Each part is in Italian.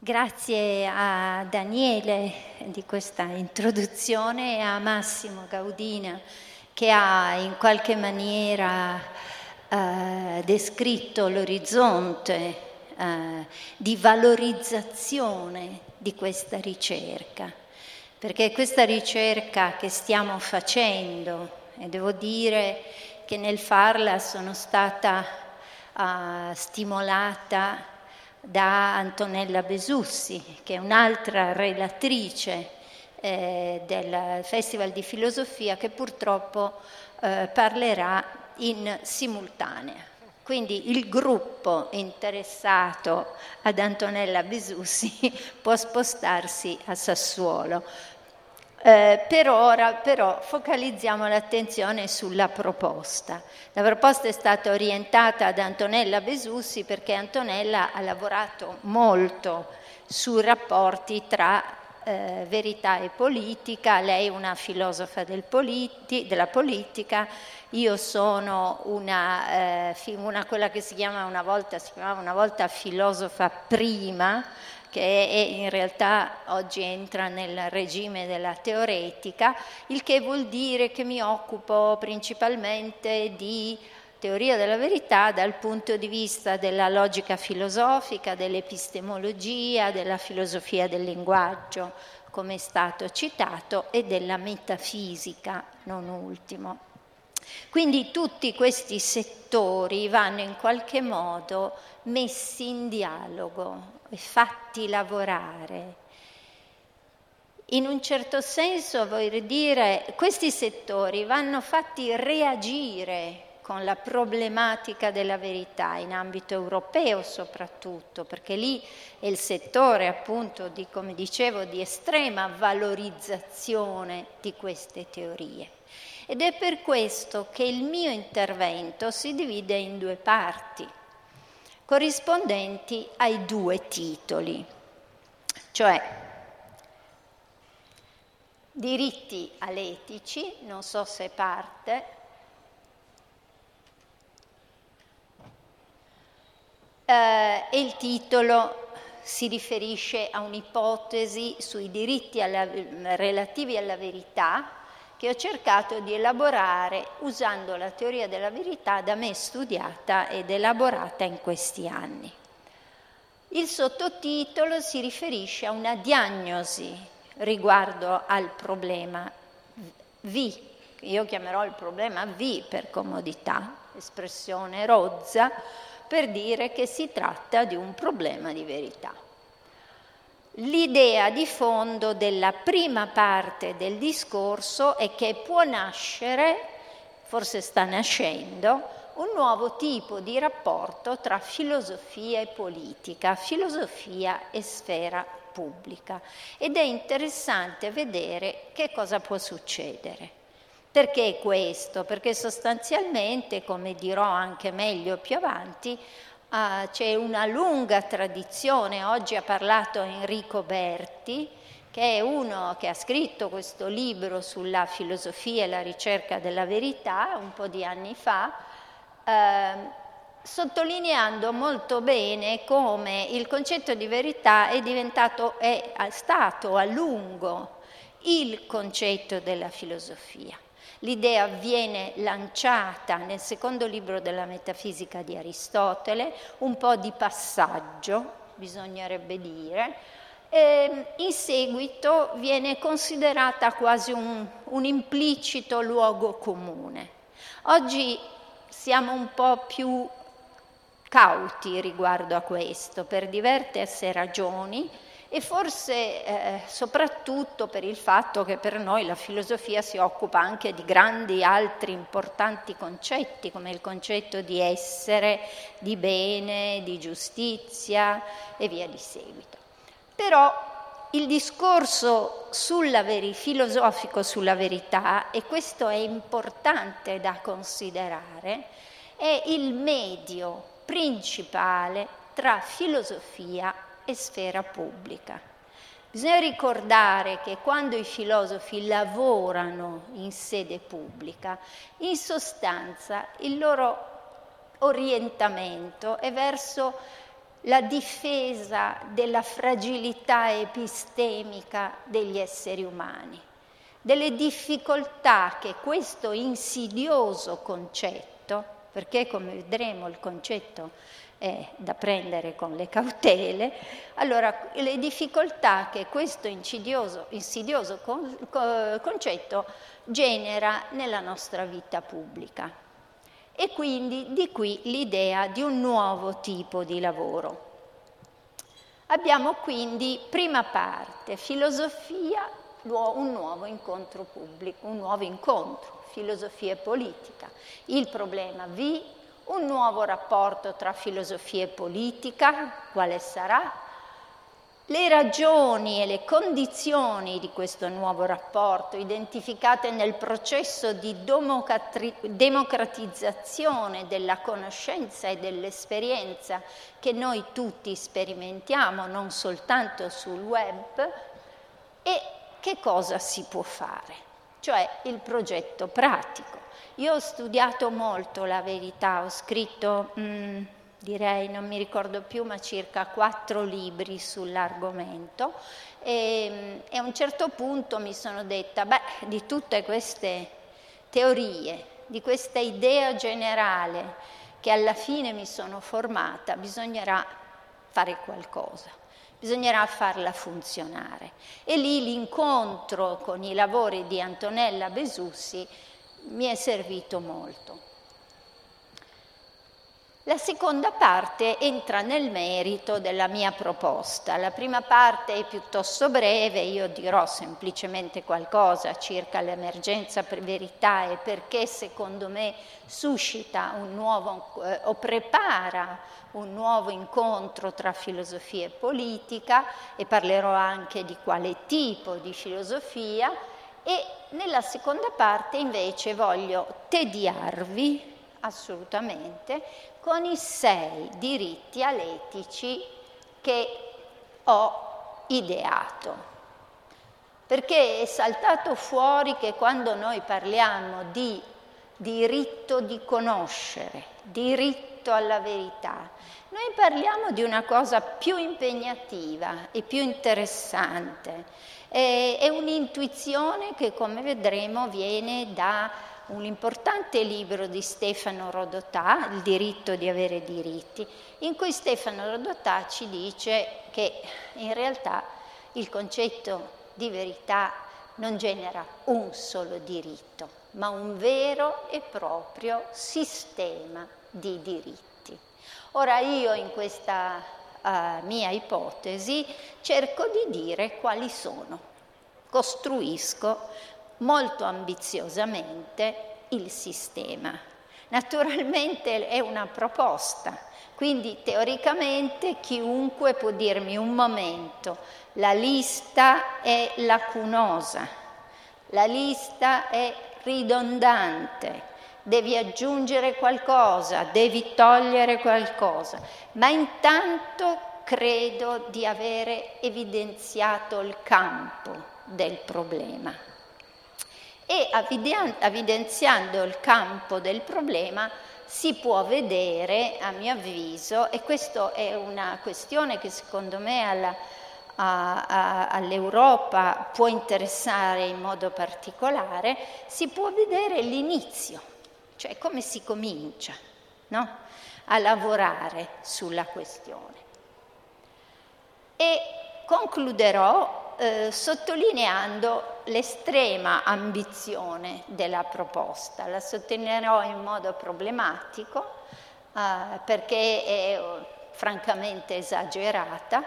Grazie a Daniele di questa introduzione e a Massimo Gaudina che ha in qualche maniera descritto l'orizzonte di valorizzazione di questa ricerca, perché questa ricerca che stiamo facendo, e devo dire che nel farla sono stata stimolata da Antonella Besussi, che è un'altra relatrice del Festival di Filosofia, che purtroppo parlerà in simultanea. Quindi il gruppo interessato ad Antonella Besussi può spostarsi a Sassuolo. Per ora però focalizziamo l'attenzione sulla proposta. La proposta è stata orientata ad Antonella Besussi perché Antonella ha lavorato molto sui rapporti tra verità e politica. Lei è una filosofa della politica, io sono quella che si chiamava una volta filosofa prima, che in realtà oggi entra nel regime della teoretica, il che vuol dire che mi occupo principalmente di teoria della verità dal punto di vista della logica filosofica, dell'epistemologia, della filosofia del linguaggio, come è stato citato, e della metafisica, non ultimo. Quindi tutti questi settori vanno in qualche modo messi in dialogo e fatti lavorare. In un certo senso, voglio dire, questi settori vanno fatti reagire con la problematica della verità in ambito europeo soprattutto, perché lì è il settore appunto di, come dicevo, di estrema valorizzazione di queste teorie. Ed è per questo che il mio intervento si divide in due parti, corrispondenti ai due titoli, cioè diritti aletici, non so se parte, e il titolo si riferisce a un'ipotesi sui diritti relativi alla verità che ho cercato di elaborare usando la teoria della verità da me studiata ed elaborata in questi anni. Il sottotitolo si riferisce a una diagnosi riguardo al problema V. Io chiamerò il problema V per comodità, espressione rozza, per dire che si tratta di un problema di verità. L'idea di fondo della prima parte del discorso è che può nascere, forse sta nascendo, un nuovo tipo di rapporto tra filosofia e politica, filosofia e sfera pubblica. Ed è interessante vedere che cosa può succedere. Perché questo? Perché sostanzialmente, come dirò anche meglio più avanti, c'è una lunga tradizione. Oggi ha parlato Enrico Berti, che è uno che ha scritto questo libro sulla filosofia e la ricerca della verità un po' di anni fa, sottolineando molto bene come il concetto di verità è stato a lungo il concetto della filosofia. L'idea viene lanciata nel secondo libro della Metafisica di Aristotele, un po' di passaggio, bisognerebbe dire, e in seguito viene considerata quasi un implicito luogo comune. Oggi siamo un po' più cauti riguardo a questo, per diverse ragioni, e forse soprattutto per il fatto che per noi la filosofia si occupa anche di grandi altri importanti concetti, come il concetto di essere, di bene, di giustizia e via di seguito. Però il discorso filosofico sulla verità, e questo è importante da considerare, è il medio principale tra filosofia e sfera pubblica. Bisogna ricordare che quando i filosofi lavorano in sede pubblica, in sostanza il loro orientamento è verso la difesa della fragilità epistemica degli esseri umani, delle difficoltà che questo insidioso concetto, perché come vedremo il concetto è da prendere con le cautele, allora le difficoltà che questo insidioso concetto genera nella nostra vita pubblica. E quindi di qui l'idea di un nuovo tipo di lavoro. Abbiamo quindi, prima parte, filosofia, un nuovo incontro pubblico, un nuovo incontro, filosofia e politica. Il problema V, un nuovo rapporto tra filosofia e politica, quale sarà? Le ragioni e le condizioni di questo nuovo rapporto, identificate nel processo di democratizzazione della conoscenza e dell'esperienza che noi tutti sperimentiamo, non soltanto sul web, e che cosa si può fare, cioè il progetto pratico. Io ho studiato molto la verità, ho scritto, direi, non mi ricordo più, ma circa 4 libri sull'argomento e a un certo punto mi sono detta, di tutte queste teorie, di questa idea generale che alla fine mi sono formata, bisognerà fare qualcosa, bisognerà farla funzionare. E lì l'incontro con i lavori di Antonella Besussi mi è servito molto. La seconda parte entra nel merito della mia proposta. La prima parte è piuttosto breve, io dirò semplicemente qualcosa circa l'emergenza per verità e perché secondo me suscita un nuovo o prepara un nuovo incontro tra filosofia e politica e parlerò anche di quale tipo di filosofia e nella seconda parte invece voglio tediarvi assolutamente con i 6 diritti aletici che ho ideato. Perché è saltato fuori che quando noi parliamo di diritto di conoscere, diritto alla verità, noi parliamo di una cosa più impegnativa e più interessante. È un'intuizione che, come vedremo, viene da un importante libro di Stefano Rodotà, Il diritto di avere diritti, in cui Stefano Rodotà ci dice che in realtà il concetto di verità non genera un solo diritto, ma un vero e proprio sistema di diritti. Ora io in questa mia ipotesi cerco di dire quali sono, costruisco molto ambiziosamente il sistema. Naturalmente è una proposta, quindi teoricamente chiunque può dirmi un momento, la lista è lacunosa, la lista è ridondante, devi aggiungere qualcosa, devi togliere qualcosa, ma intanto credo di avere evidenziato il campo del problema. E evidenziando il campo del problema si può vedere, a mio avviso, e questa è una questione che secondo me all'Europa può interessare in modo particolare, si può vedere l'inizio, cioè come si comincia, no? A lavorare sulla questione. E concluderò sottolineando l'estrema ambizione della proposta. La sottolineerò in modo problematico perché è francamente esagerata,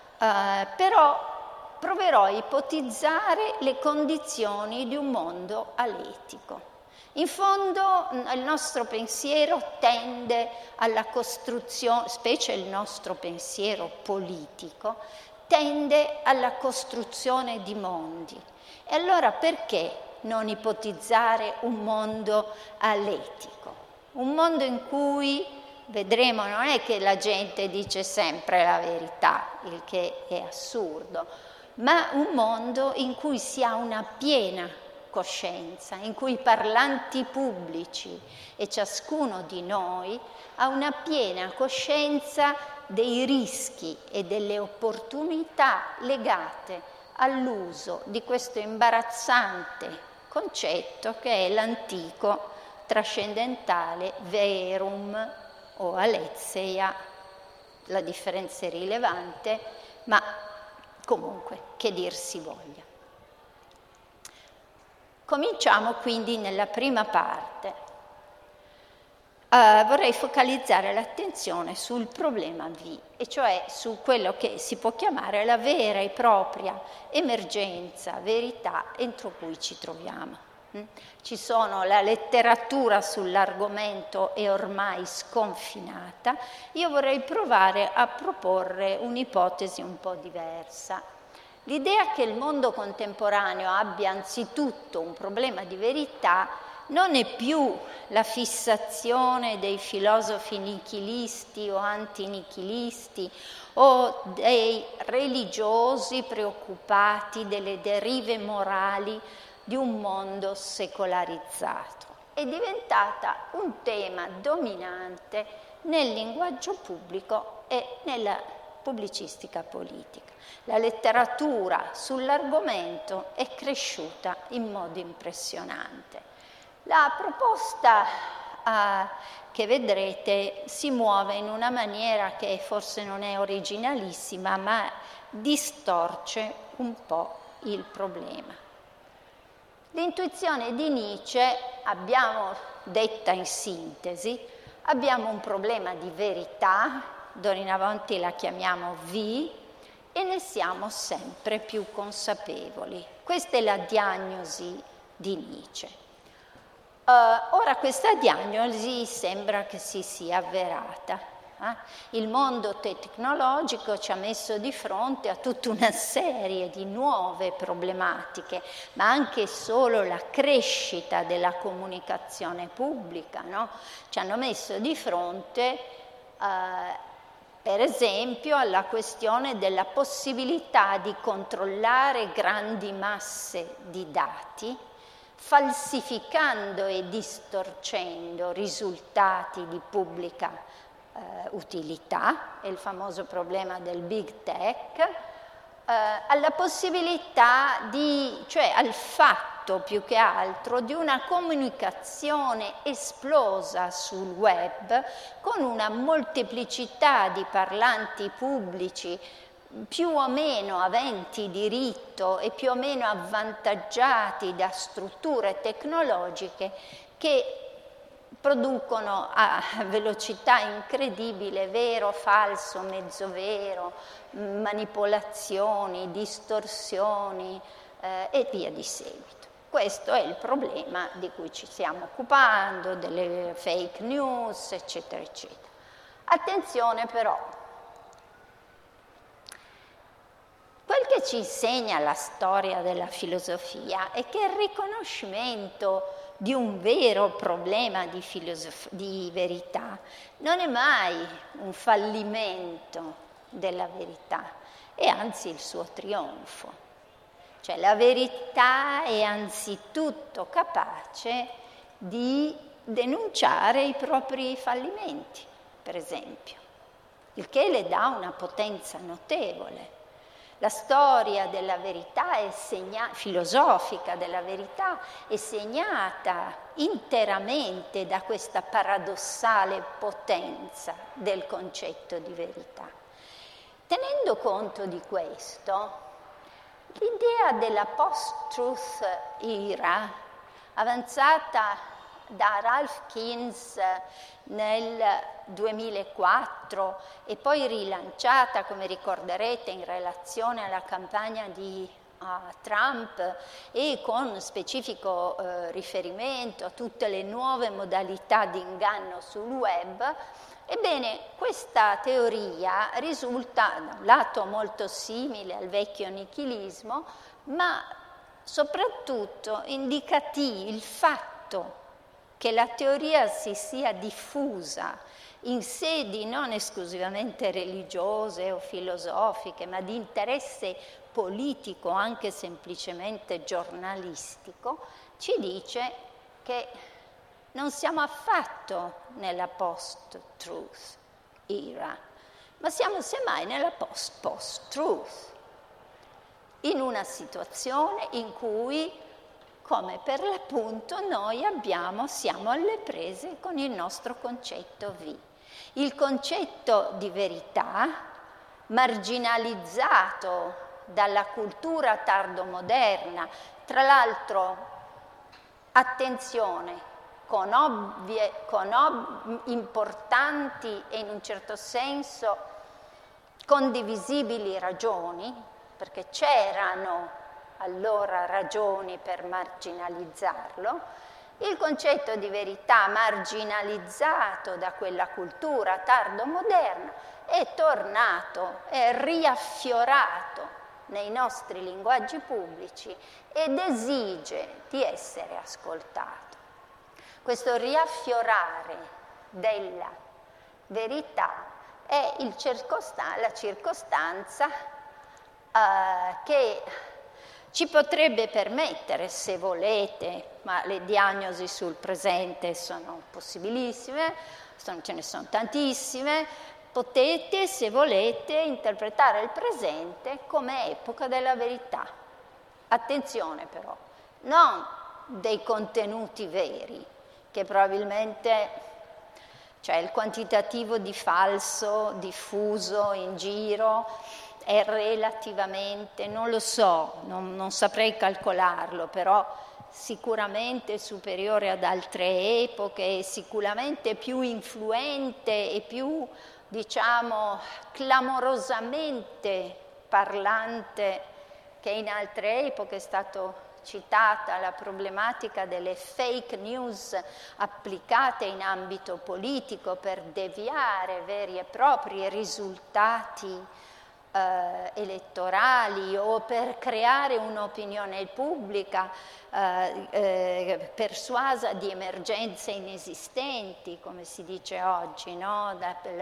però proverò a ipotizzare le condizioni di un mondo aletico. In fondo il nostro pensiero tende alla costruzione, specie il nostro pensiero politico, tende alla costruzione di mondi. E allora perché non ipotizzare un mondo aletico? Un mondo in cui, vedremo, non è che la gente dice sempre la verità, il che è assurdo, ma un mondo in cui si ha una piena coscienza, in cui i parlanti pubblici e ciascuno di noi ha una piena coscienza dei rischi e delle opportunità legate all'uso di questo imbarazzante concetto che è l'antico trascendentale verum o aletheia. La differenza è rilevante, ma comunque che dir si voglia. Cominciamo quindi nella prima parte. Vorrei focalizzare l'attenzione sul problema V, e cioè su quello che si può chiamare la vera e propria emergenza, verità entro cui ci troviamo. La letteratura sull'argomento è ormai sconfinata. Io vorrei provare a proporre un'ipotesi un po' diversa. L'idea che il mondo contemporaneo abbia anzitutto un problema di verità non è più la fissazione dei filosofi nichilisti o antinichilisti o dei religiosi preoccupati delle derive morali di un mondo secolarizzato. È diventata un tema dominante nel linguaggio pubblico e nella pubblicistica politica. La letteratura sull'argomento è cresciuta in modo impressionante. La proposta che vedrete si muove in una maniera che forse non è originalissima, ma distorce un po' il problema. L'intuizione di Nietzsche, abbiamo detta in sintesi, abbiamo un problema di verità, d'ora in avanti la chiamiamo V, e ne siamo sempre più consapevoli. Questa è la diagnosi di Nietzsche. Ora questa diagnosi sembra che si sia avverata. Il mondo tecnologico ci ha messo di fronte a tutta una serie di nuove problematiche, ma anche solo la crescita della comunicazione pubblica, no? Ci hanno messo di fronte, per esempio, alla questione della possibilità di controllare grandi masse di dati, falsificando e distorcendo risultati di pubblica utilità, è il famoso problema del big tech, alla possibilità cioè al fatto più che altro di una comunicazione esplosa sul web con una molteplicità di parlanti pubblici più o meno aventi diritto e più o meno avvantaggiati da strutture tecnologiche che producono a velocità incredibile vero, falso, mezzo vero, manipolazioni, distorsioni e via di seguito. Questo è il problema di cui ci stiamo occupando, delle fake news, eccetera, eccetera. Attenzione però, quel che ci insegna la storia della filosofia è che il riconoscimento di un vero problema di verità non è mai un fallimento della verità, è anzi il suo trionfo. Cioè la verità è anzitutto capace di denunciare i propri fallimenti, per esempio, il che le dà una potenza notevole. La storia della verità filosofica della verità è segnata interamente da questa paradossale potenza del concetto di verità. Tenendo conto di questo, l'idea della post-truth era avanzata da Ralph Keynes nel 2004 e poi rilanciata, come ricorderete, in relazione alla campagna di Trump e con specifico riferimento a tutte le nuove modalità di inganno sul web. Ebbene, questa teoria risulta da un lato molto simile al vecchio nichilismo, ma soprattutto indicativo il fatto che la teoria si sia diffusa in sedi non esclusivamente religiose o filosofiche, ma di interesse politico, anche semplicemente giornalistico, ci dice che non siamo affatto nella post-truth era, ma siamo semmai nella post-truth, in una situazione in cui, come per l'appunto, noi siamo alle prese con il nostro concetto V. Il concetto di verità, marginalizzato dalla cultura tardomoderna, tra l'altro, attenzione, con importanti e in un certo senso condivisibili ragioni, perché c'erano allora ragioni per marginalizzarlo, il concetto di verità marginalizzato da quella cultura tardomoderna è tornato, è riaffiorato nei nostri linguaggi pubblici ed esige di essere ascoltato. Questo riaffiorare della verità è la circostanza che ci potrebbe permettere, se volete, ma le diagnosi sul presente sono possibilissime, ce ne sono tantissime, potete, se volete, interpretare il presente come epoca della verità. Attenzione però, non dei contenuti veri, che probabilmente, cioè il quantitativo di falso diffuso in giro è relativamente, non lo so, non saprei calcolarlo, però sicuramente superiore ad altre epoche, sicuramente più influente e più, diciamo, clamorosamente parlante che in altre epoche. È stato citata la problematica delle fake news applicate in ambito politico per deviare veri e propri risultati elettorali o per creare un'opinione pubblica persuasa di emergenze inesistenti, come si dice oggi, no?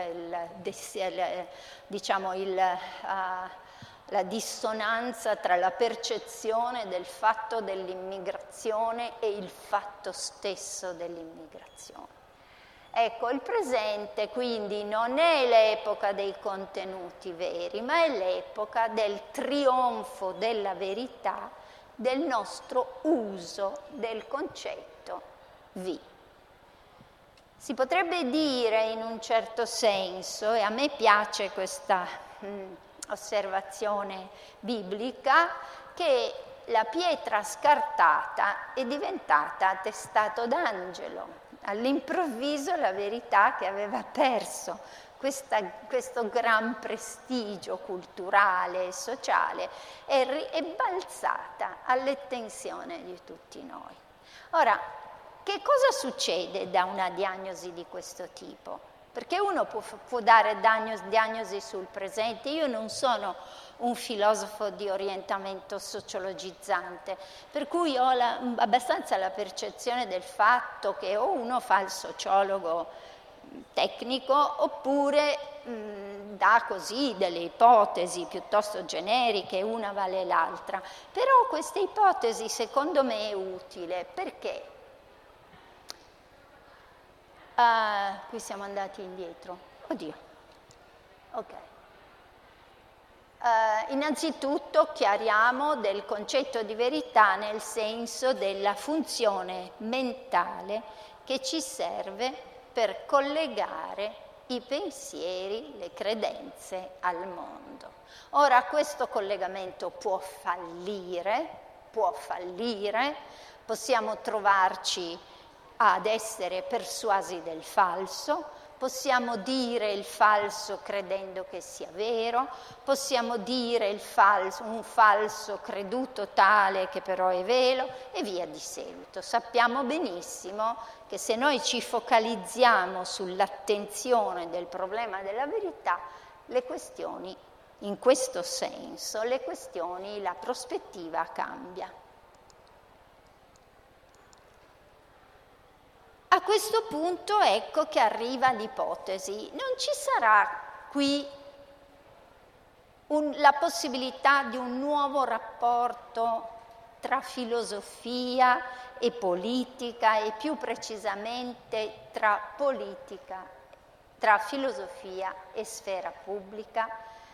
La dissonanza tra la percezione del fatto dell'immigrazione e il fatto stesso dell'immigrazione. Ecco, il presente quindi non è l'epoca dei contenuti veri, ma è l'epoca del trionfo della verità, del nostro uso del concetto V. Si potrebbe dire in un certo senso, e a me piace questa osservazione biblica, che la pietra scartata è diventata attestato d'angelo. All'improvviso la verità, che aveva perso questo gran prestigio culturale e sociale, è balzata all'attenzione di tutti noi. Ora, che cosa succede da una diagnosi di questo tipo? Perché uno può dare diagnosi sul presente. Io non sono un filosofo di orientamento sociologizzante, per cui ho abbastanza la percezione del fatto che o uno fa il sociologo tecnico oppure dà così delle ipotesi piuttosto generiche, una vale l'altra. Però questa ipotesi secondo me è utile perché qui siamo andati indietro. Oddio. Ok. Innanzitutto chiariamo del concetto di verità nel senso della funzione mentale che ci serve per collegare i pensieri, le credenze al mondo. Ora questo collegamento può fallire, possiamo trovarci ad essere persuasi del falso, possiamo dire il falso credendo che sia vero, possiamo dire un falso creduto tale che però è vero e via di seguito. Sappiamo benissimo che se noi ci focalizziamo sull'attenzione del problema della verità, le questioni, in questo senso, la prospettiva cambia. A questo punto ecco che arriva l'ipotesi. Non ci sarà qui la possibilità di un nuovo rapporto tra filosofia e politica, e più precisamente tra filosofia e sfera pubblica.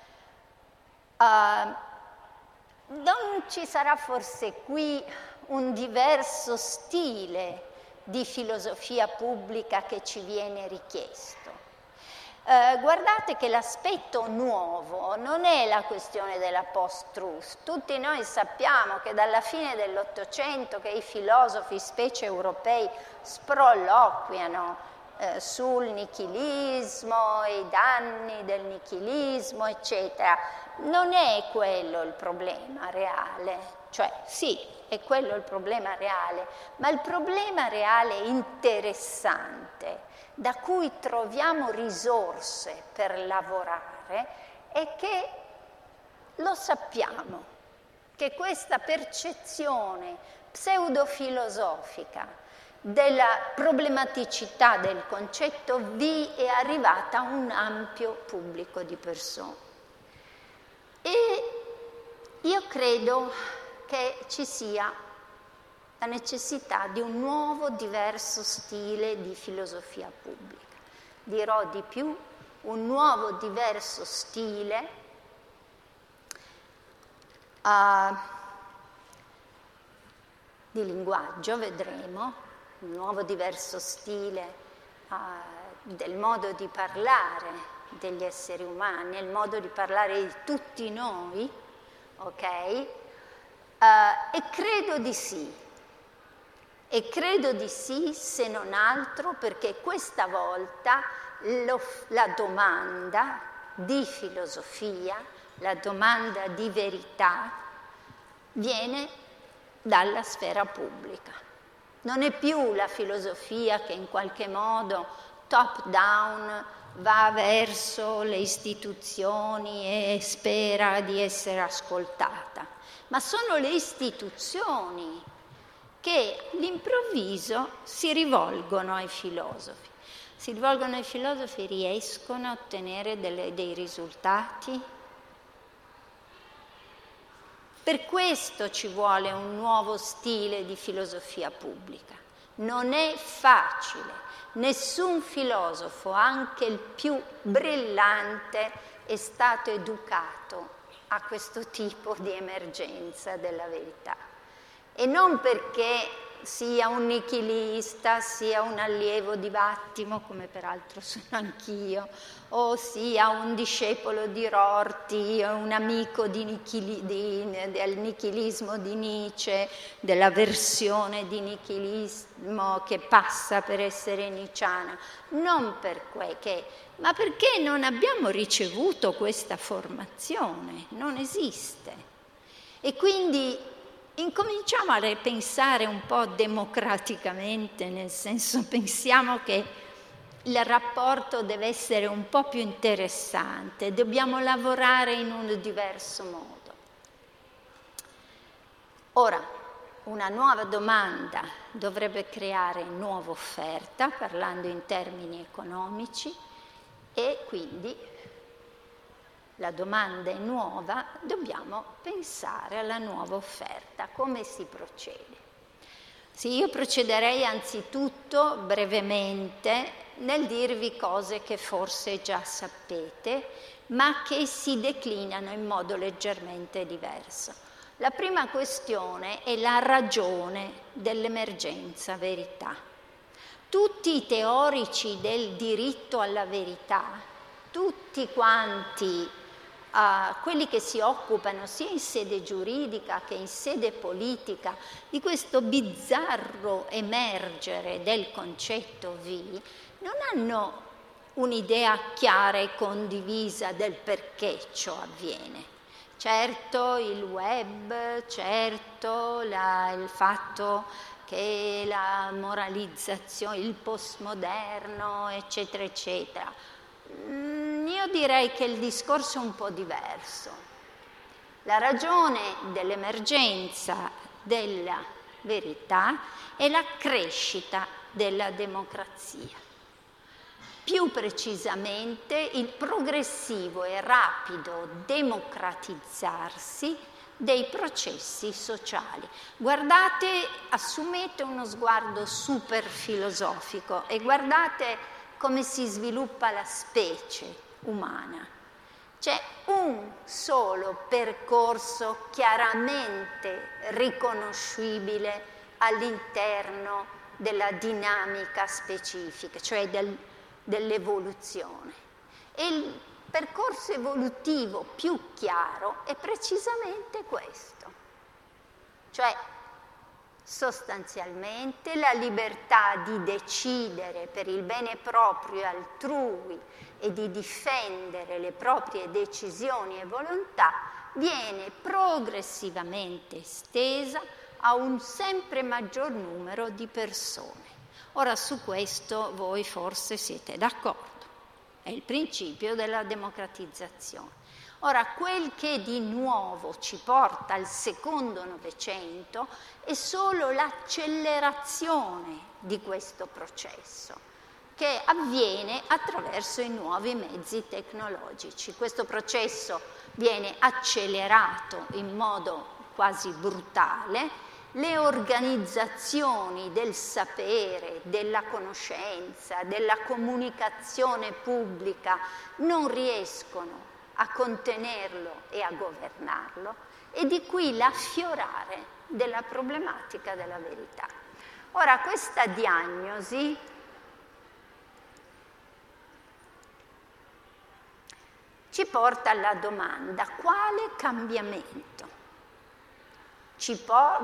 Non ci sarà forse qui un diverso stile di filosofia pubblica che ci viene richiesto? Guardate che l'aspetto nuovo non è la questione della post-truth. Tutti noi sappiamo che dalla fine dell'Ottocento che i filosofi, specie europei, sproloquiano sul nichilismo, i danni del nichilismo, eccetera. Non è quello il problema reale, cioè sì, è quello il problema reale, ma il problema reale interessante, da cui troviamo risorse per lavorare, è che lo sappiamo, che questa percezione pseudofilosofica della problematicità del concetto V è arrivata a un ampio pubblico di persone. E io credo che ci sia la necessità di un nuovo, diverso stile di filosofia pubblica. Dirò di più, un nuovo, diverso stile di linguaggio, vedremo, un nuovo, diverso stile del modo di parlare degli esseri umani, il modo di parlare di tutti noi, ok? E credo di sì. E credo di sì, se non altro perché questa volta la domanda di filosofia, la domanda di verità, viene dalla sfera pubblica. Non è più la filosofia che in qualche modo top down va verso le istituzioni e spera di essere ascoltata, ma sono le istituzioni che all'improvviso si rivolgono ai filosofi. Si rivolgono ai filosofi, riescono a ottenere dei risultati. Per questo ci vuole un nuovo stile di filosofia pubblica. Non è facile. Nessun filosofo, anche il più brillante, è stato educato a questo tipo di emergenza della verità. E non perché sia un nichilista, sia un allievo di Vattimo, come peraltro sono anch'io, o sia un discepolo di Rorty, o un amico del nichilismo di Nietzsche, della versione di nichilismo che passa per essere nietzschiana. Non perché, ma perché non abbiamo ricevuto questa formazione, non esiste. E quindi incominciamo a pensare un po' democraticamente, nel senso pensiamo che il rapporto deve essere un po' più interessante, dobbiamo lavorare in un diverso modo. Ora, una nuova domanda dovrebbe creare nuova offerta, parlando in termini economici, e quindi la domanda è nuova, dobbiamo pensare alla nuova offerta. Come si procede? Sì, io procederei anzitutto brevemente nel dirvi cose che forse già sapete, ma che si declinano in modo leggermente diverso. La prima questione è la ragione dell'emergenza verità. Tutti i teorici del diritto alla verità, tutti quanti quelli che si occupano sia in sede giuridica che in sede politica di questo bizzarro emergere del concetto V, non hanno un'idea chiara e condivisa del perché ciò avviene. Certo il web, certo il fatto che la moralizzazione, il postmoderno, eccetera, eccetera. Io direi che il discorso è un po' diverso. La ragione dell'emergenza della verità è la crescita della democrazia. più precisamente il progressivo e rapido democratizzarsi dei processi sociali. Guardate, assumete uno sguardo super filosofico e guardate come si sviluppa la specie umana. C'è un solo percorso chiaramente riconoscibile all'interno della dinamica specifica, cioè dell'evoluzione. E il percorso evolutivo più chiaro è precisamente questo, cioè sostanzialmente la libertà di decidere per il bene proprio e altrui e di difendere le proprie decisioni e volontà viene progressivamente estesa a un sempre maggior numero di persone. Ora, su questo voi forse siete d'accordo. È il principio della democratizzazione. Ora, quel che di nuovo ci porta al secondo Novecento è solo l'accelerazione di questo processo, che avviene attraverso i nuovi mezzi tecnologici. Questo processo viene accelerato in modo quasi brutale. Le organizzazioni del sapere, della conoscenza, della comunicazione pubblica non riescono a contenerlo e a governarlo, e di qui l'affiorare della problematica della verità. Ora, questa diagnosi ci porta alla domanda: quale cambiamento ci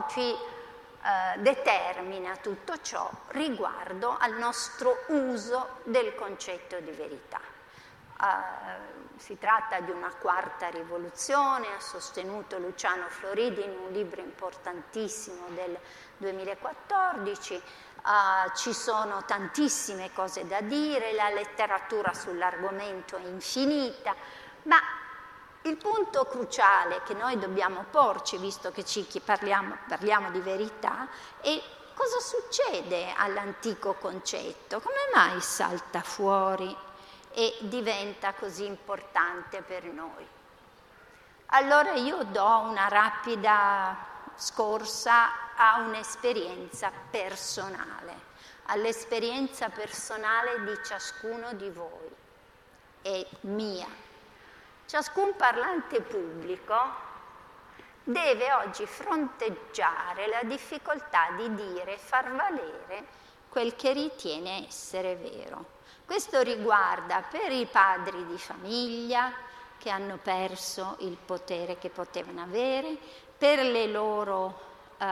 determina tutto ciò riguardo al nostro uso del concetto di verità? Si tratta di una quarta rivoluzione, ha sostenuto Luciano Floridi in un libro importantissimo del 2014, ci sono tantissime cose da dire, la letteratura sull'argomento è infinita, ma il punto cruciale che noi dobbiamo porci, visto che parliamo di verità, è cosa succede all'antico concetto, come mai salta fuori e diventa così importante per noi. Allora io do una rapida scorsa a un'esperienza personale, all'esperienza personale di ciascuno di voi e mia. Ciascun parlante pubblico deve oggi fronteggiare la difficoltà di dire e far valere quel che ritiene essere vero. Questo riguarda per i padri di famiglia che hanno perso il potere che potevano avere, per le loro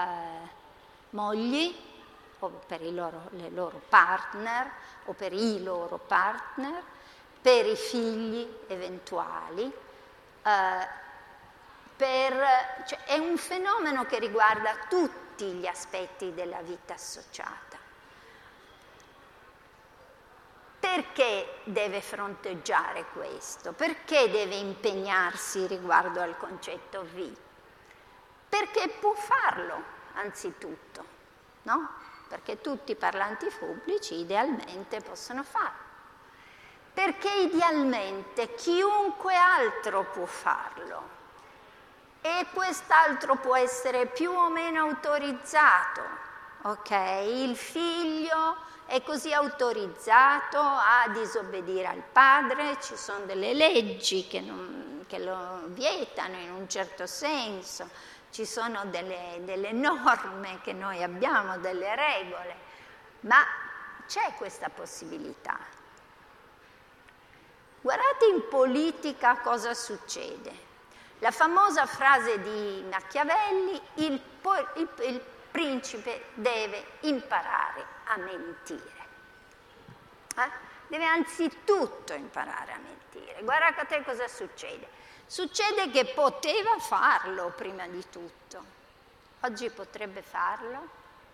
mogli o per le loro partner o per i loro partner, per i figli eventuali, cioè è un fenomeno che riguarda tutti gli aspetti della vita associata. Perché deve fronteggiare questo? Perché deve impegnarsi riguardo al concetto V? Perché può farlo, anzitutto, no? Perché tutti i parlanti pubblici idealmente possono farlo. Perché idealmente chiunque altro può farlo e quest'altro può essere più o meno autorizzato, ok? Il figlio è così autorizzato a disobbedire al padre, ci sono delle leggi che lo vietano in un certo senso, ci sono delle norme che noi abbiamo, delle regole, ma c'è questa possibilità. Guardate in politica cosa succede. La famosa frase di Machiavelli, il principe deve imparare a mentire. Deve anzitutto imparare a mentire. Guardate cosa succede. Succede che poteva farlo prima di tutto. Oggi potrebbe farlo?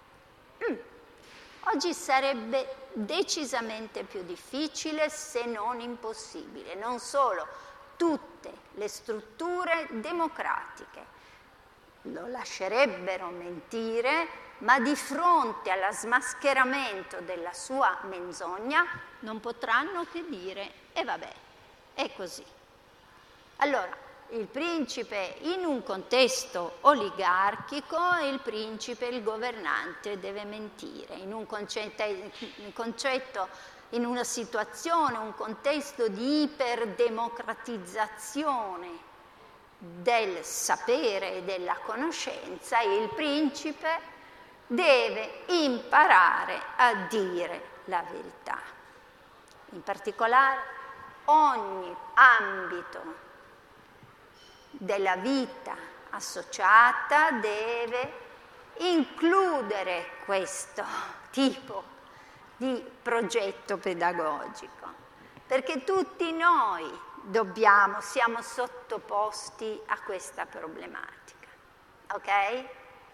Oggi sarebbe decisamente più difficile, se non impossibile. Non solo, tutte le strutture democratiche lo lascerebbero mentire, ma di fronte allo smascheramento della sua menzogna non potranno che dire e vabbè, è così. Allora, il principe in un contesto oligarchico, il principe, il governante deve mentire, in un concetto, in una situazione, un contesto di iperdemocratizzazione del sapere e della conoscenza, il principe deve imparare a dire la verità. In particolare, ogni ambito della vita associata deve includere questo tipo di progetto pedagogico, perché tutti noi siamo sottoposti a questa problematica, ok?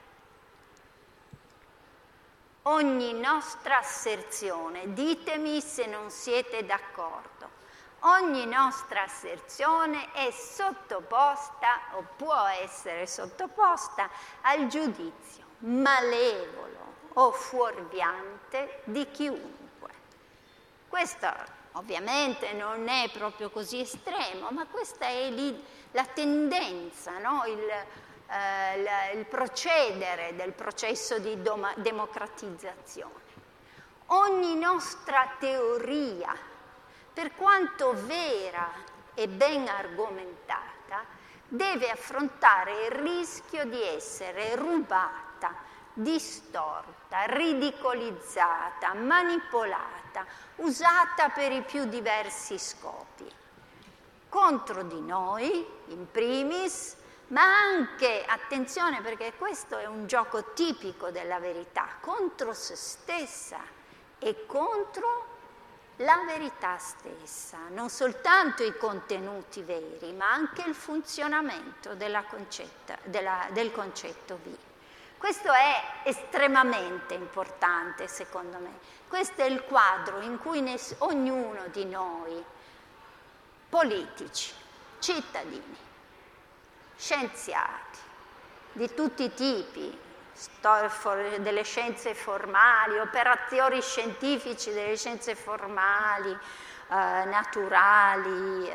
Ogni nostra asserzione, ditemi se non siete d'accordo, ogni nostra asserzione è sottoposta o può essere sottoposta al giudizio malevolo o fuorviante di chiunque. Questo ovviamente non è proprio così estremo, ma questa è la tendenza, no? Il procedere del processo di democratizzazione. Ogni nostra teoria, per quanto vera e ben argomentata, deve affrontare il rischio di essere rubata, distorta, ridicolizzata, manipolata, usata per i più diversi scopi, contro di noi, in primis, ma anche, attenzione perché questo è un gioco tipico della verità, contro se stessa e contro la verità stessa, non soltanto i contenuti veri, ma anche il funzionamento del concetto vivo. Questo è estremamente importante, secondo me. Questo è il quadro in cui ognuno di noi, politici, cittadini, scienziati di tutti i tipi, delle scienze formali, operatori scientifici delle scienze formali, naturali,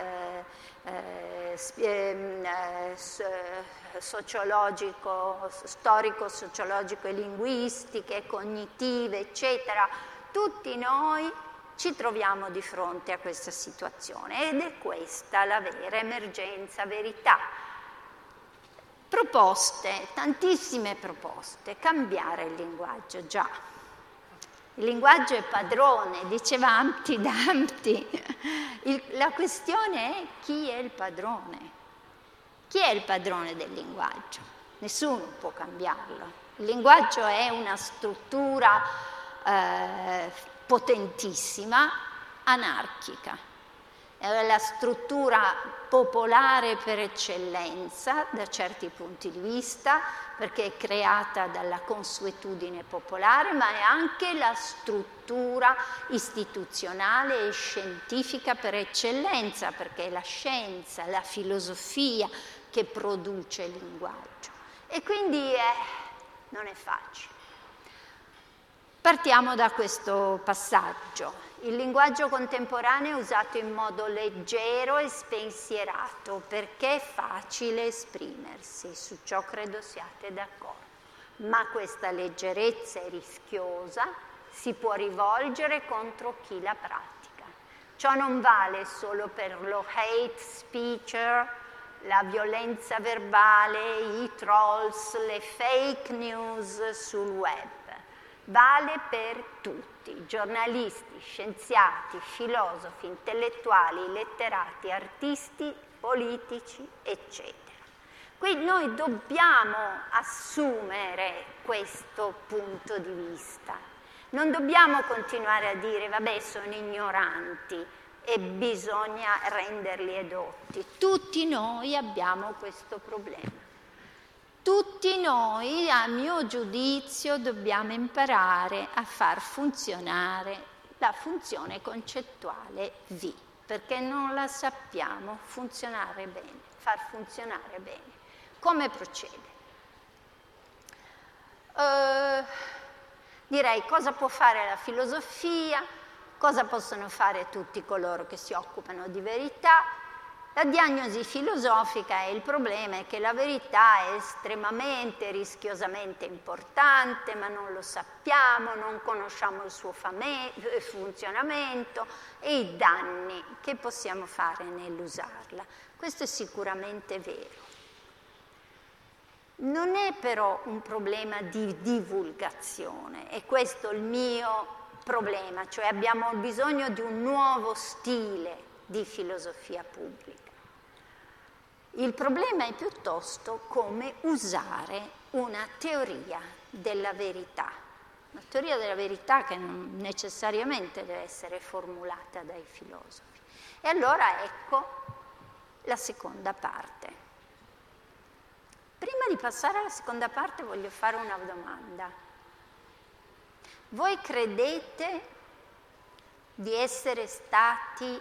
storico-sociologico e linguistiche, cognitive, eccetera, tutti noi ci troviamo di fronte a questa situazione ed è questa la vera emergenza verità. Proposte, tantissime proposte, cambiare il linguaggio, già. Il linguaggio è padrone, diceva Humpty Dumpty. La questione è chi è il padrone. Chi è il padrone del linguaggio? Nessuno può cambiarlo. Il linguaggio è una struttura potentissima, anarchica. È la struttura popolare per eccellenza da certi punti di vista, perché è creata dalla consuetudine popolare, ma è anche la struttura istituzionale e scientifica per eccellenza, perché è la scienza, la filosofia che produce il linguaggio. E quindi non è facile. Partiamo da questo passaggio. Il linguaggio contemporaneo è usato in modo leggero e spensierato perché è facile esprimersi, su ciò credo siate d'accordo. Ma questa leggerezza è rischiosa, si può rivolgere contro chi la pratica. Ciò non vale solo per lo hate speech, la violenza verbale, i trolls, le fake news sul web. Vale per tutti, giornalisti, scienziati, filosofi, intellettuali, letterati, artisti, politici, eccetera. Quindi noi dobbiamo assumere questo punto di vista. Non dobbiamo continuare a dire, vabbè, sono ignoranti e bisogna renderli edotti. Tutti noi abbiamo questo problema. Tutti noi, a mio giudizio, dobbiamo imparare a far funzionare la funzione concettuale V, perché non la sappiamo funzionare bene, far funzionare bene. Come procede? Direi cosa può fare la filosofia, Cosa possono fare tutti coloro che si occupano di verità? La diagnosi filosofica è il problema è che la verità è estremamente, rischiosamente importante, ma non lo sappiamo, non conosciamo il suo funzionamento e i danni che possiamo fare nell'usarla. Questo è sicuramente vero. Non è però un problema di divulgazione, è questo il mio problema, cioè abbiamo bisogno di un nuovo stile di filosofia pubblica. Il problema è piuttosto come usare una teoria della verità, una teoria della verità che non necessariamente deve essere formulata dai filosofi. E allora ecco la seconda parte. Prima di passare alla seconda parte voglio fare una domanda. Voi credete di essere stati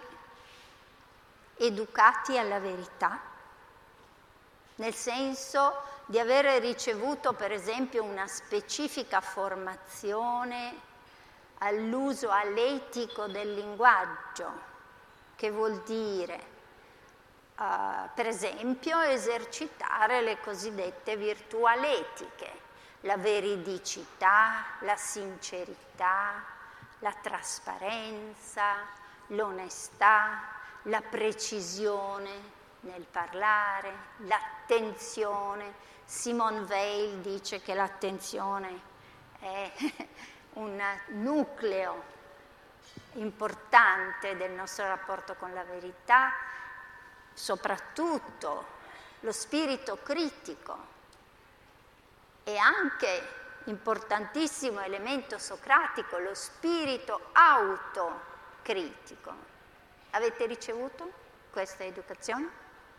educati alla verità? Nel senso di avere ricevuto, per esempio, una specifica formazione all'uso all'etico del linguaggio, che vuol dire, per esempio, esercitare le cosiddette virtù aletiche, la veridicità, la sincerità, la trasparenza, l'onestà, la precisione nel parlare, l'attenzione. Simone Weil dice che l'attenzione è un nucleo importante del nostro rapporto con la verità, soprattutto lo spirito critico e anche importantissimo elemento socratico, lo spirito autocritico. Avete ricevuto questa educazione?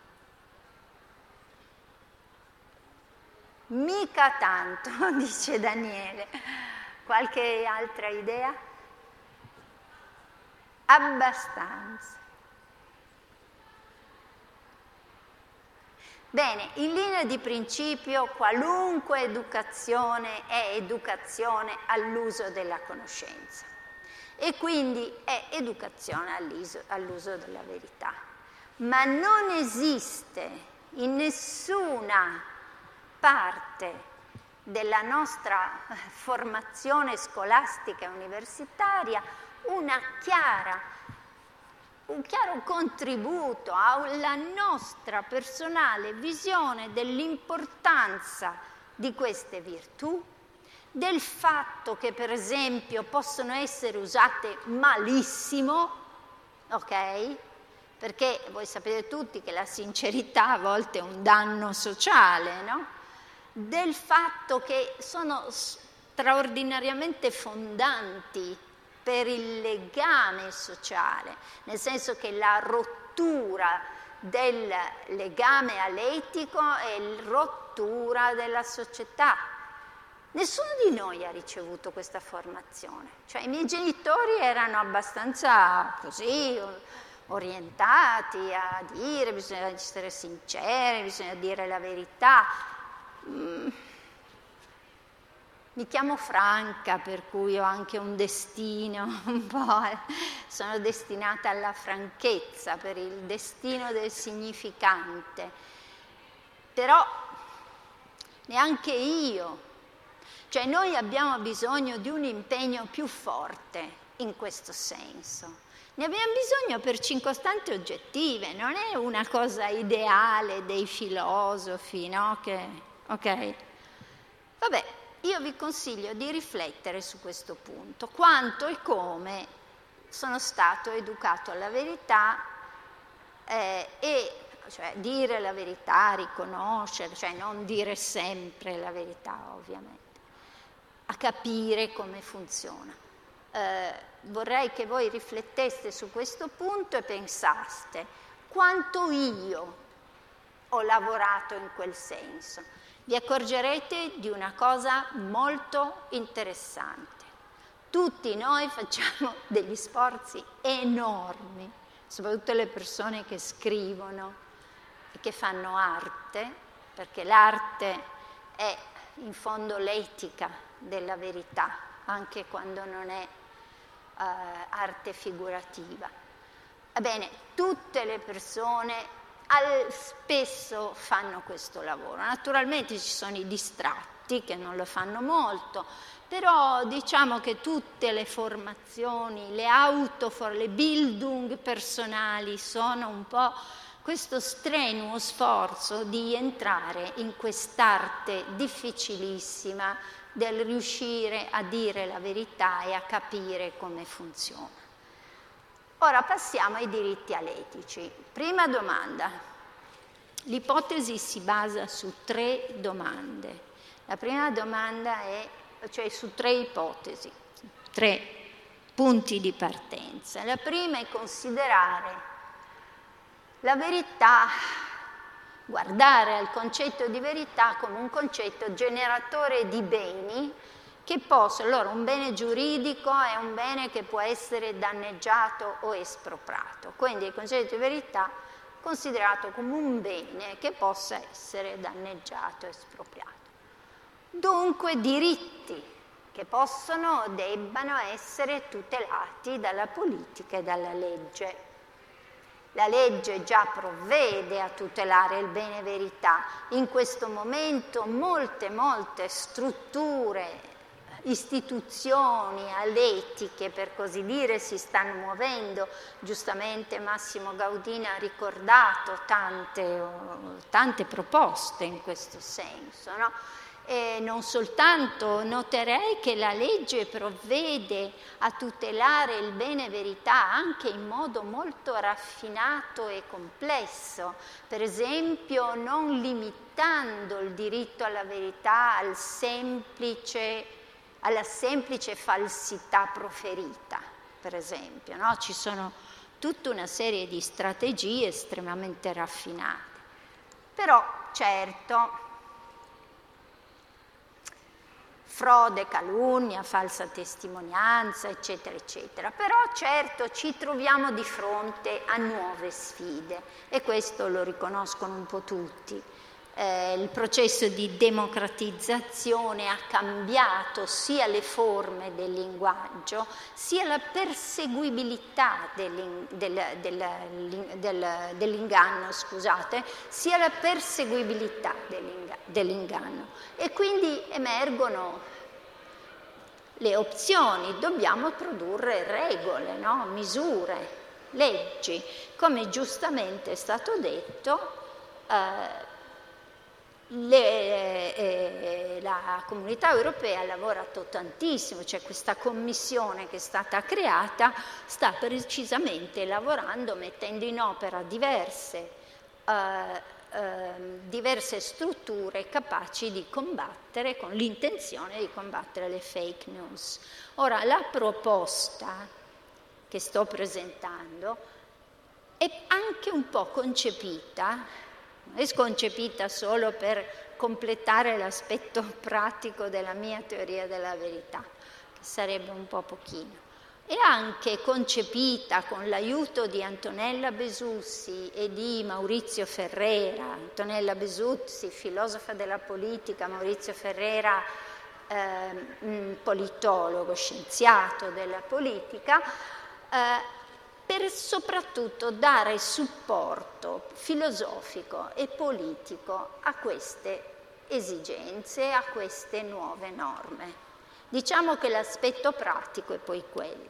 Mica tanto, dice Daniele. Qualche altra idea? Abbastanza. Bene, in linea di principio qualunque educazione è educazione all'uso della conoscenza e quindi è educazione all'uso della verità. Ma non esiste in nessuna parte della nostra formazione scolastica e universitaria un chiaro contributo alla nostra personale visione dell'importanza di queste virtù, del fatto che per esempio possono essere usate malissimo, ok? Perché voi sapete tutti che la sincerità a volte è un danno sociale, no? Del fatto che sono straordinariamente fondanti per il legame sociale, nel senso che la rottura del legame aletico è la rottura della società. Nessuno di noi ha ricevuto questa formazione, cioè i miei genitori erano abbastanza così orientati a dire bisogna essere sinceri, bisogna dire la verità. Mi chiamo Franca, per cui ho anche un destino, un po', sono destinata alla franchezza per il destino del significante. Però neanche io, cioè noi abbiamo bisogno di un impegno più forte in questo senso. Ne abbiamo bisogno per circostanze oggettive, non è una cosa ideale dei filosofi, no? Ok? Vabbè, io vi consiglio di riflettere su questo punto, quanto e come sono stato educato alla verità cioè dire la verità, riconoscere, cioè non dire sempre la verità ovviamente, a capire come funziona. Vorrei che voi rifletteste su questo punto e pensaste quanto io ho lavorato in quel senso. Vi accorgerete di una cosa molto interessante. Tutti noi facciamo degli sforzi enormi, soprattutto le persone che scrivono e che fanno arte, perché l'arte è in fondo l'etica della verità, anche quando non è arte figurativa. Ebbene, tutte le persone spesso fanno questo lavoro. Naturalmente ci sono i distratti che non lo fanno molto, però diciamo che tutte le formazioni, le Bildung personali sono un po' questo strenuo sforzo di entrare in quest'arte difficilissima del riuscire a dire la verità e a capire come funziona. Ora passiamo ai diritti aletici. Prima domanda. L'ipotesi si basa su 3 domande. La prima domanda è, cioè su 3 ipotesi, 3 punti di partenza. La prima è considerare la verità, guardare al concetto di verità come un concetto generatore di beni che possono, allora un bene giuridico è un bene che può essere danneggiato o espropriato, quindi il concetto di verità considerato come un bene che possa essere danneggiato o espropriato. Dunque diritti che possono o debbano essere tutelati dalla politica e dalla legge. La legge già provvede a tutelare il bene verità. In questo momento molte strutture, istituzioni aletiche, per così dire, si stanno muovendo. Giustamente Massimo Gaudina ha ricordato tante proposte in questo senso, no? E non soltanto, noterei che la legge provvede a tutelare il bene verità anche in modo molto raffinato e complesso, per esempio non limitando il diritto alla verità alla semplice falsità proferita, per esempio, no? Ci sono tutta una serie di strategie estremamente raffinate. Però, certo, frode, calunnia, falsa testimonianza, eccetera, eccetera. Però certo ci troviamo di fronte a nuove sfide e questo lo riconoscono un po' tutti. Il processo di democratizzazione ha cambiato sia le forme del linguaggio, sia la perseguibilità dell'inganno, sia la perseguibilità dell'inganno. E quindi emergono le opzioni, dobbiamo produrre regole, no? Misure, leggi. Come giustamente è stato detto, la Comunità Europea ha lavorato tantissimo, cioè questa commissione che è stata creata sta precisamente lavorando, mettendo in opera diverse strutture capaci di combattere, con l'intenzione di combattere le fake news. Ora, la proposta che sto presentando è anche un po' concepita, non è sconcepita solo per completare l'aspetto pratico della mia teoria della verità, che sarebbe un po' pochino. È anche concepita con l'aiuto di Antonella Besussi e di Maurizio Ferrera. Antonella Besussi, filosofa della politica, Maurizio Ferrera, politologo, scienziato della politica, per soprattutto dare supporto filosofico e politico a queste esigenze, a queste nuove norme. Diciamo che l'aspetto pratico è poi quello.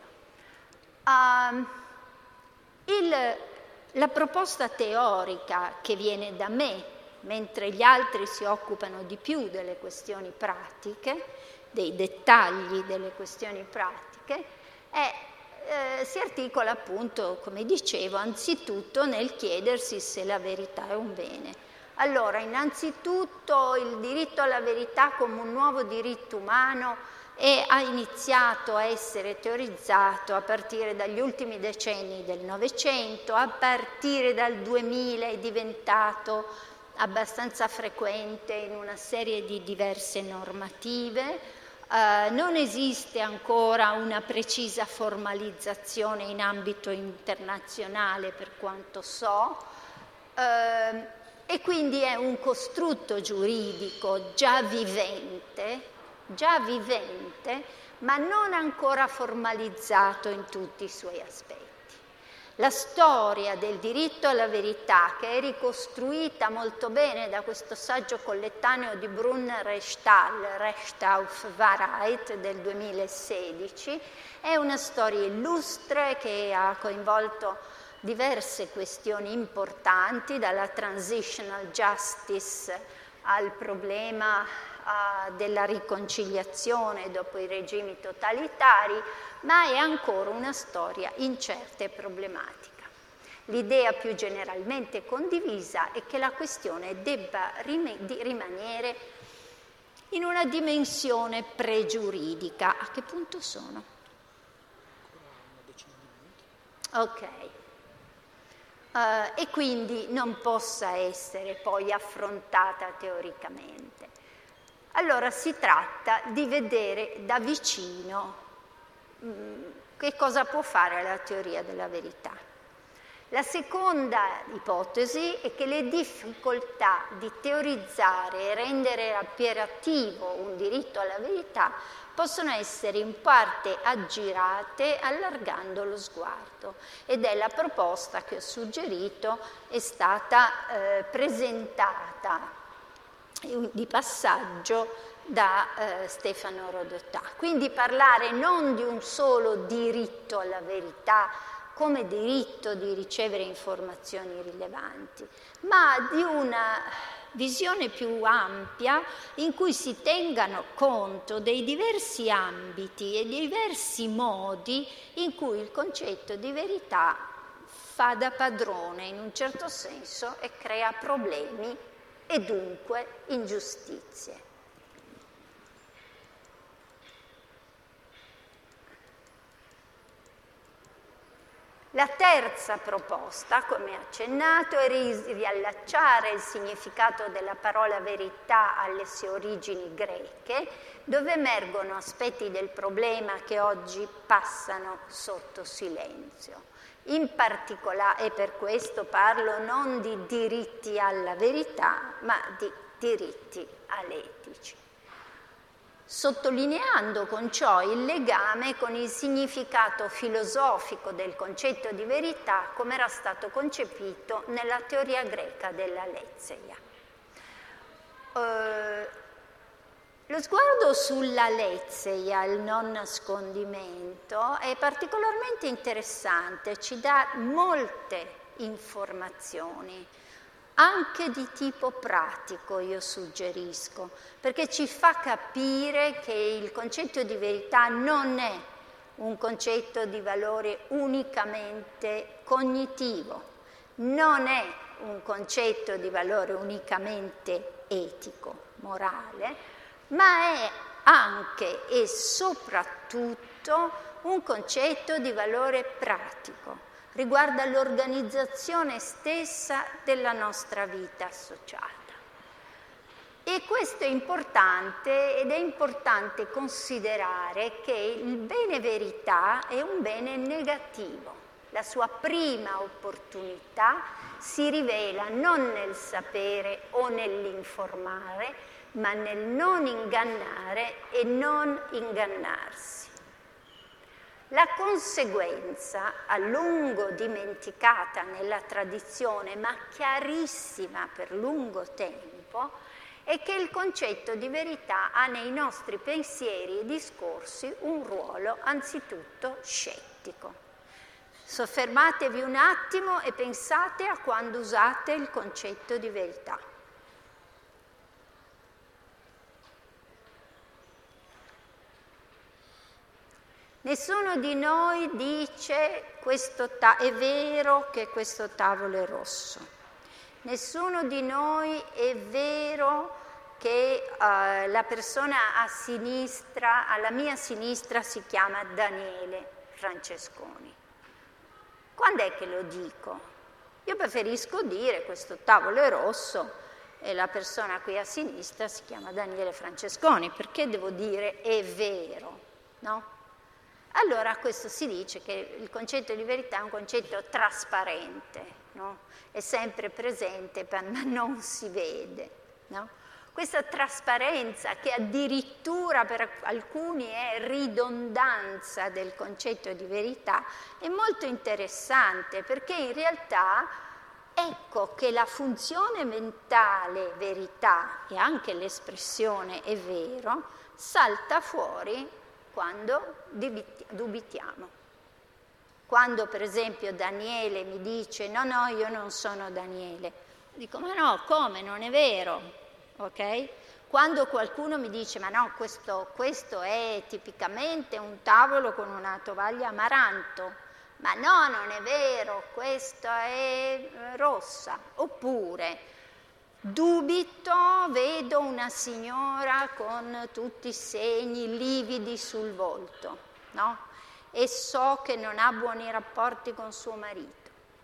La proposta teorica che viene da me, mentre gli altri si occupano di più delle questioni pratiche, dei dettagli delle questioni pratiche, si articola appunto, come dicevo, anzitutto nel chiedersi se la verità è un bene. Allora, innanzitutto il diritto alla verità come un nuovo diritto umano ha iniziato a essere teorizzato a partire dagli ultimi decenni del Novecento, a partire dal 2000 è diventato abbastanza frequente in una serie di diverse normative. Non esiste ancora una precisa formalizzazione in ambito internazionale, per quanto so, e quindi è un costrutto giuridico già vivente già vivente, ma non ancora formalizzato in tutti i suoi aspetti. La storia del diritto alla verità, che è ricostruita molto bene da questo saggio collettaneo di Brunner Rechtal, Recht auf Wahrheit del 2016, è una storia illustre che ha coinvolto diverse questioni importanti, dalla transitional justice al problema della riconciliazione dopo i regimi totalitari, ma è ancora una storia incerta e problematica. L'idea più generalmente condivisa è che la questione debba rimanere in una dimensione pregiuridica. A che punto sono? Ok. E quindi non possa essere poi affrontata teoricamente. Allora si tratta di vedere da vicino che cosa può fare la teoria della verità. La seconda ipotesi è che le difficoltà di teorizzare e rendere operativo un diritto alla verità possono essere in parte aggirate allargando lo sguardo, ed è la proposta che ho suggerito, è stata presentata di passaggio da Stefano Rodotà. Quindi parlare non di un solo diritto alla verità come diritto di ricevere informazioni rilevanti, ma di una visione più ampia in cui si tengano conto dei diversi ambiti e dei diversi modi in cui il concetto di verità fa da padrone in un certo senso e crea problemi e dunque ingiustizie. La terza proposta, come accennato, è riallacciare il significato della parola verità alle sue origini greche, dove emergono aspetti del problema che oggi passano sotto silenzio. In particolare, e per questo parlo non di diritti alla verità, ma di diritti aletici, sottolineando con ciò il legame con il significato filosofico del concetto di verità come era stato concepito nella teoria greca dell'aletheia. Lo sguardo sull'aletheia, il non nascondimento, è particolarmente interessante, ci dà molte informazioni, anche di tipo pratico, io suggerisco, perché ci fa capire che il concetto di verità non è un concetto di valore unicamente cognitivo, non è un concetto di valore unicamente etico, morale, ma è anche e soprattutto un concetto di valore pratico. Riguarda l'organizzazione stessa della nostra vita associata. E questo è importante, ed è importante considerare che il bene verità è un bene negativo. La sua prima opportunità si rivela non nel sapere o nell'informare, ma nel non ingannare e non ingannarsi. La conseguenza, a lungo dimenticata nella tradizione, ma chiarissima per lungo tempo, è che il concetto di verità ha nei nostri pensieri e discorsi un ruolo anzitutto scettico. Soffermatevi un attimo e pensate a quando usate il concetto di verità. Nessuno di noi dice è vero che questo tavolo è rosso. Nessuno di noi è vero che la persona a sinistra, alla mia sinistra, si chiama Daniele Francesconi. Quando è che lo dico? Io preferisco dire questo tavolo è rosso e la persona qui a sinistra si chiama Daniele Francesconi. Perché devo dire è vero, no? Allora a questo si dice che il concetto di verità è un concetto trasparente, no? È sempre presente ma non si vede, no? questa trasparenza che addirittura per alcuni è ridondanza del concetto di verità, è molto interessante, perché in realtà ecco che la funzione mentale verità e anche l'espressione è vero salta fuori quando dubitiamo. Quando per esempio Daniele mi dice no, io non sono Daniele, dico ma no, come, non è vero? Ok? Quando qualcuno mi dice ma no, questo è tipicamente un tavolo con una tovaglia amaranto, ma no, non è vero, questo è rossa. Oppure dubito, vedo una signora con tutti i segni lividi sul volto, no? E so che non ha buoni rapporti con suo marito.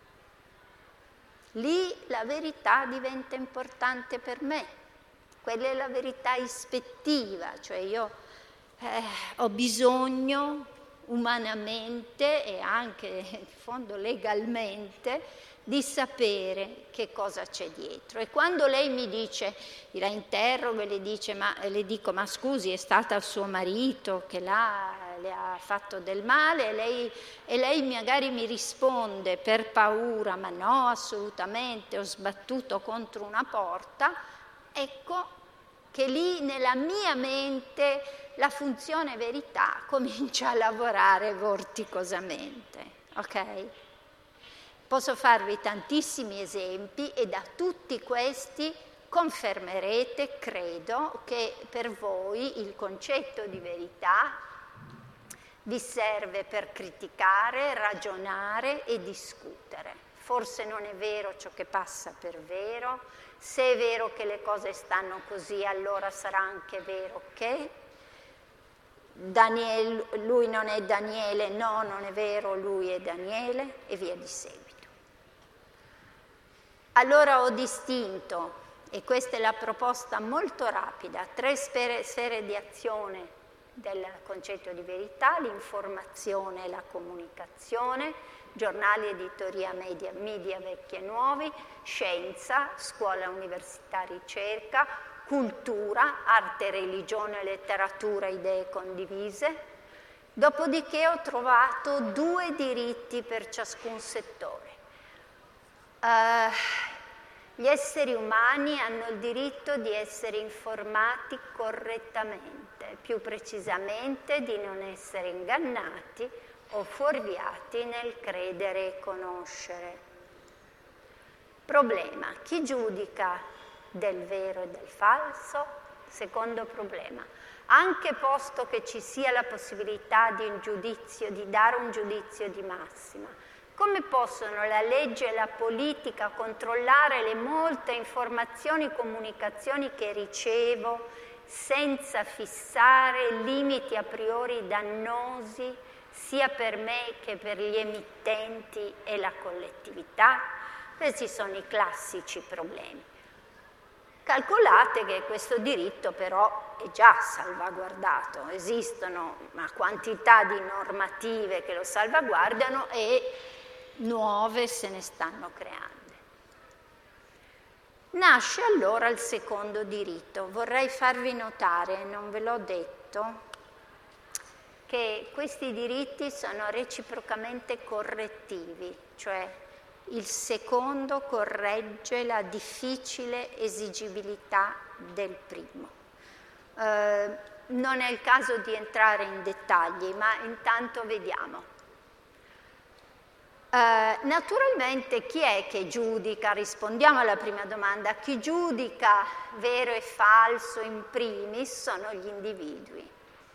Lì la verità diventa importante per me. Quella è la verità ispettiva, cioè io ho bisogno umanamente e anche in fondo legalmente di sapere che cosa c'è dietro. E quando lei mi dice, la interrogo e le dico ma scusi, è stata il suo marito che le ha fatto del male, e lei magari mi risponde per paura ma no, assolutamente, ho sbattuto contro una porta, ecco che lì nella mia mente la funzione verità comincia a lavorare vorticosamente, ok? Posso farvi tantissimi esempi e da tutti questi confermerete, credo, che per voi il concetto di verità vi serve per criticare, ragionare e discutere. Forse non è vero ciò che passa per vero, se è vero che le cose stanno così, allora sarà anche vero che lui non è Daniele, no, non è vero, lui è Daniele, e via di seguito. Allora ho distinto, e questa è la proposta molto rapida, 3 sfere di azione del concetto di verità: l'informazione e la comunicazione, giornali, editoria, media vecchi e nuovi, scienza, scuola, università, ricerca, cultura, arte, religione, letteratura, idee condivise. Dopodiché ho trovato 2 diritti per ciascun settore. Gli esseri umani hanno il diritto di essere informati correttamente, più precisamente di non essere ingannati o fuorviati nel credere e conoscere. Problema: chi giudica del vero e del falso? Secondo problema: anche posto che ci sia la possibilità di dare un giudizio di massima, come possono la legge e la politica controllare le molte informazioni e comunicazioni che ricevo senza fissare limiti a priori dannosi sia per me che per gli emittenti e la collettività? Questi sono i classici problemi. Calcolate che questo diritto però è già salvaguardato, esistono una quantità di normative che lo salvaguardano e nuove se ne stanno creando. Nasce allora il secondo diritto. Vorrei farvi notare, non ve l'ho detto, che questi diritti sono reciprocamente correttivi, cioè il secondo corregge la difficile esigibilità del primo. Non è il caso di entrare in dettagli, ma intanto vediamo. Naturalmente chi è che giudica? Rispondiamo alla prima domanda. Chi giudica vero e falso in primis sono gli individui.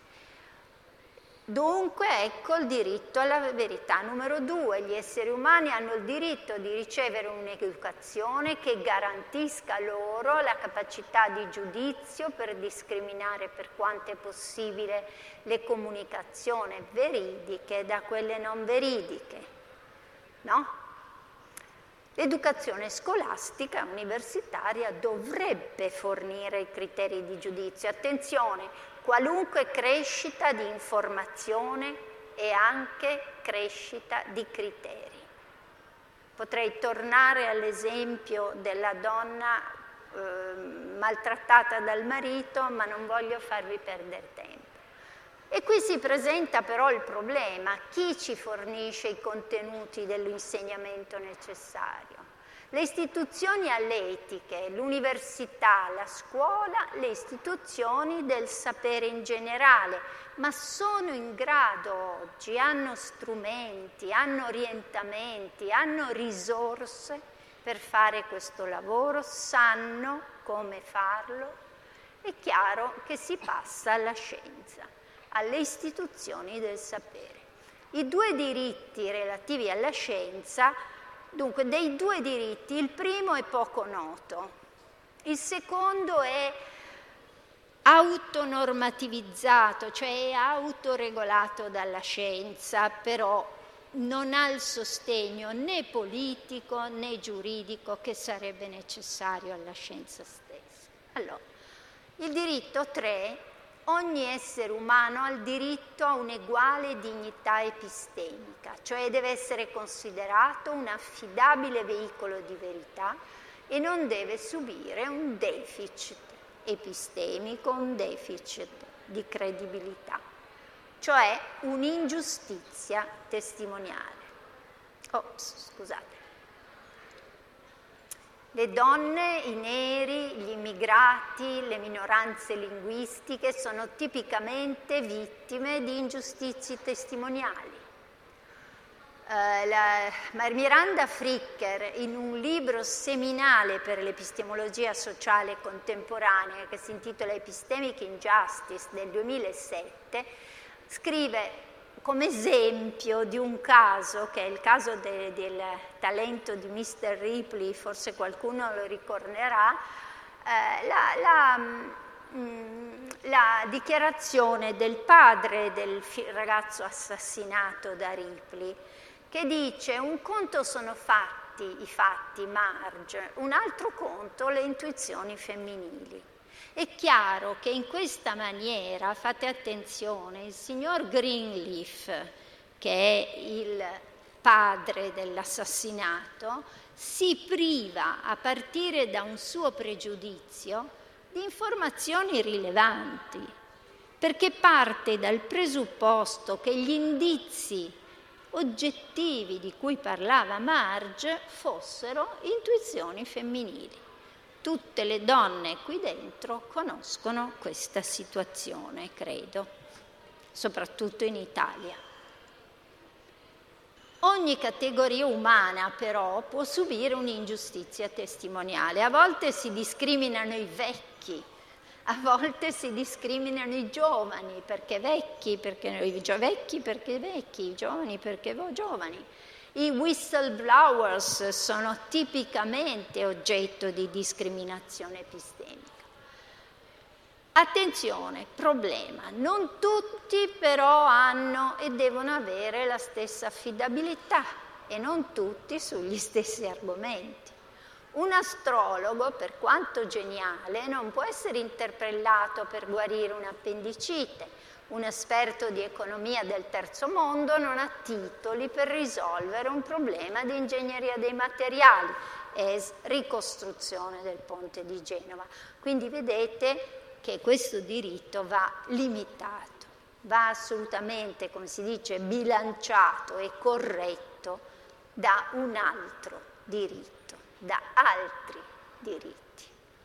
Dunque ecco il diritto alla verità. Numero 2, gli esseri umani hanno il diritto di ricevere un'educazione che garantisca loro la capacità di giudizio per discriminare per quanto è possibile le comunicazioni veridiche da quelle non veridiche. No? L'educazione scolastica universitaria dovrebbe fornire i criteri di giudizio. Attenzione, qualunque crescita di informazione e anche crescita di criteri. Potrei tornare all'esempio della donna maltrattata dal marito, ma non voglio farvi perdere tempo. E qui si presenta però il problema: chi ci fornisce i contenuti dell'insegnamento necessario? Le istituzioni all'etiche, l'università, la scuola, le istituzioni del sapere in generale, ma sono in grado oggi, hanno strumenti, hanno orientamenti, hanno risorse per fare questo lavoro, sanno come farlo? È chiaro che si passa alla scienza, alle istituzioni del sapere. I due diritti relativi alla scienza, dunque, dei due diritti, il primo è poco noto, il secondo è autonormativizzato, cioè è autoregolato dalla scienza, però non ha il sostegno né politico né giuridico che sarebbe necessario alla scienza stessa. Allora, il diritto 3: ogni essere umano ha il diritto a un'eguale dignità epistemica, cioè deve essere considerato un affidabile veicolo di verità e non deve subire un deficit epistemico, un deficit di credibilità, cioè un'ingiustizia testimoniale. Scusate. Le donne, i neri, gli immigrati, le minoranze linguistiche sono tipicamente vittime di ingiustizie testimoniali. Miranda Fricker, in un libro seminale per l'epistemologia sociale contemporanea che si intitola Epistemic Injustice del 2007, scrive come esempio di un caso, che è il caso del talento di Mr. Ripley, forse qualcuno lo ricorderà, la dichiarazione del padre del ragazzo assassinato da Ripley, che dice: un conto sono i fatti, Marge, un altro conto le intuizioni femminili. È chiaro che in questa maniera, fate attenzione, il signor Greenleaf, che è il padre dell'assassinato, si priva, a partire da un suo pregiudizio, di informazioni rilevanti, perché parte dal presupposto che gli indizi oggettivi di cui parlava Marge fossero intuizioni femminili. Tutte le donne qui dentro conoscono questa situazione, credo, soprattutto in Italia. Ogni categoria umana però può subire un'ingiustizia testimoniale. A volte si discriminano i vecchi, a volte si discriminano i giovani perché vecchi, i giovani perché giovani. I whistleblowers sono tipicamente oggetto di discriminazione epistemica. Attenzione, problema, non tutti però hanno e devono avere la stessa affidabilità e non tutti sugli stessi argomenti. Un astrologo, per quanto geniale, non può essere interpellato per guarire un'appendicite. Un esperto di economia del terzo mondo non ha titoli per risolvere un problema di ingegneria dei materiali e ricostruzione del ponte di Genova. Quindi vedete che questo diritto va limitato, va assolutamente, come si dice, bilanciato e corretto da un altro diritto, da altri diritti.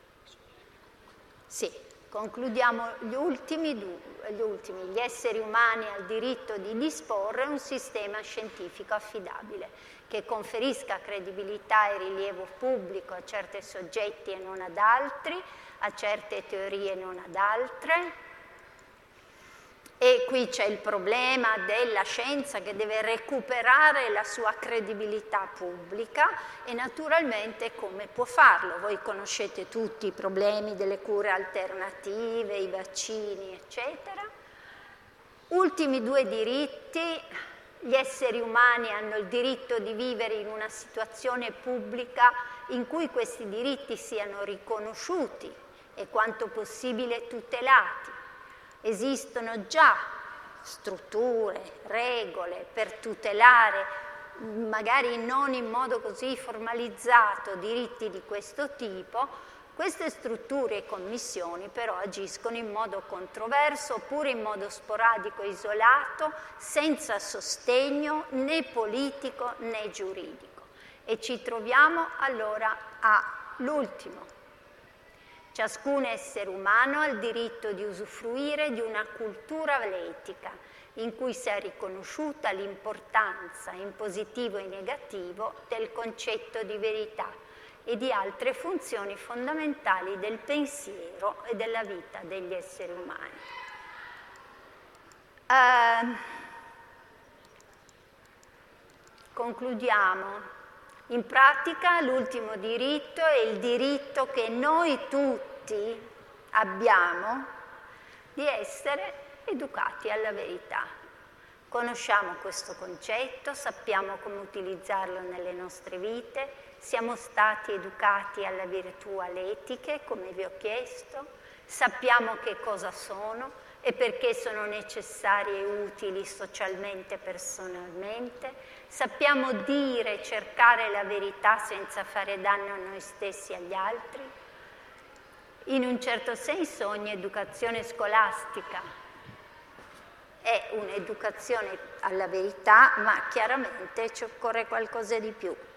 Sì, concludiamo gli esseri umani al diritto di disporre un sistema scientifico affidabile che conferisca credibilità e rilievo pubblico a certi soggetti e non ad altri, a certe teorie e non ad altre. E qui c'è il problema della scienza che deve recuperare la sua credibilità pubblica e naturalmente come può farlo. Voi conoscete tutti i problemi delle cure alternative, i vaccini, eccetera. Ultimi due diritti: gli esseri umani hanno il diritto di vivere in una situazione pubblica in cui questi diritti siano riconosciuti e quanto possibile tutelati. Esistono già strutture, regole per tutelare, magari non in modo così formalizzato, diritti di questo tipo, Queste strutture e commissioni però agiscono in modo controverso oppure in modo sporadico e isolato, senza sostegno né politico né giuridico. E ci troviamo allora all'ultimo. Ciascun essere umano ha il diritto di usufruire di una cultura etica in cui sia riconosciuta l'importanza in positivo e negativo del concetto di verità e di altre funzioni fondamentali del pensiero e della vita degli esseri umani. Concludiamo. In pratica l'ultimo diritto è il diritto che noi tutti abbiamo di essere educati alla verità. Conosciamo questo concetto, sappiamo come utilizzarlo nelle nostre vite, siamo stati educati alla virtù etiche, come vi ho chiesto, sappiamo che cosa sono e perché sono necessarie e utili socialmente e personalmente, sappiamo dire e cercare la verità senza fare danno a noi stessi e agli altri. In un certo senso ogni educazione scolastica è un'educazione alla verità, ma chiaramente ci occorre qualcosa di più.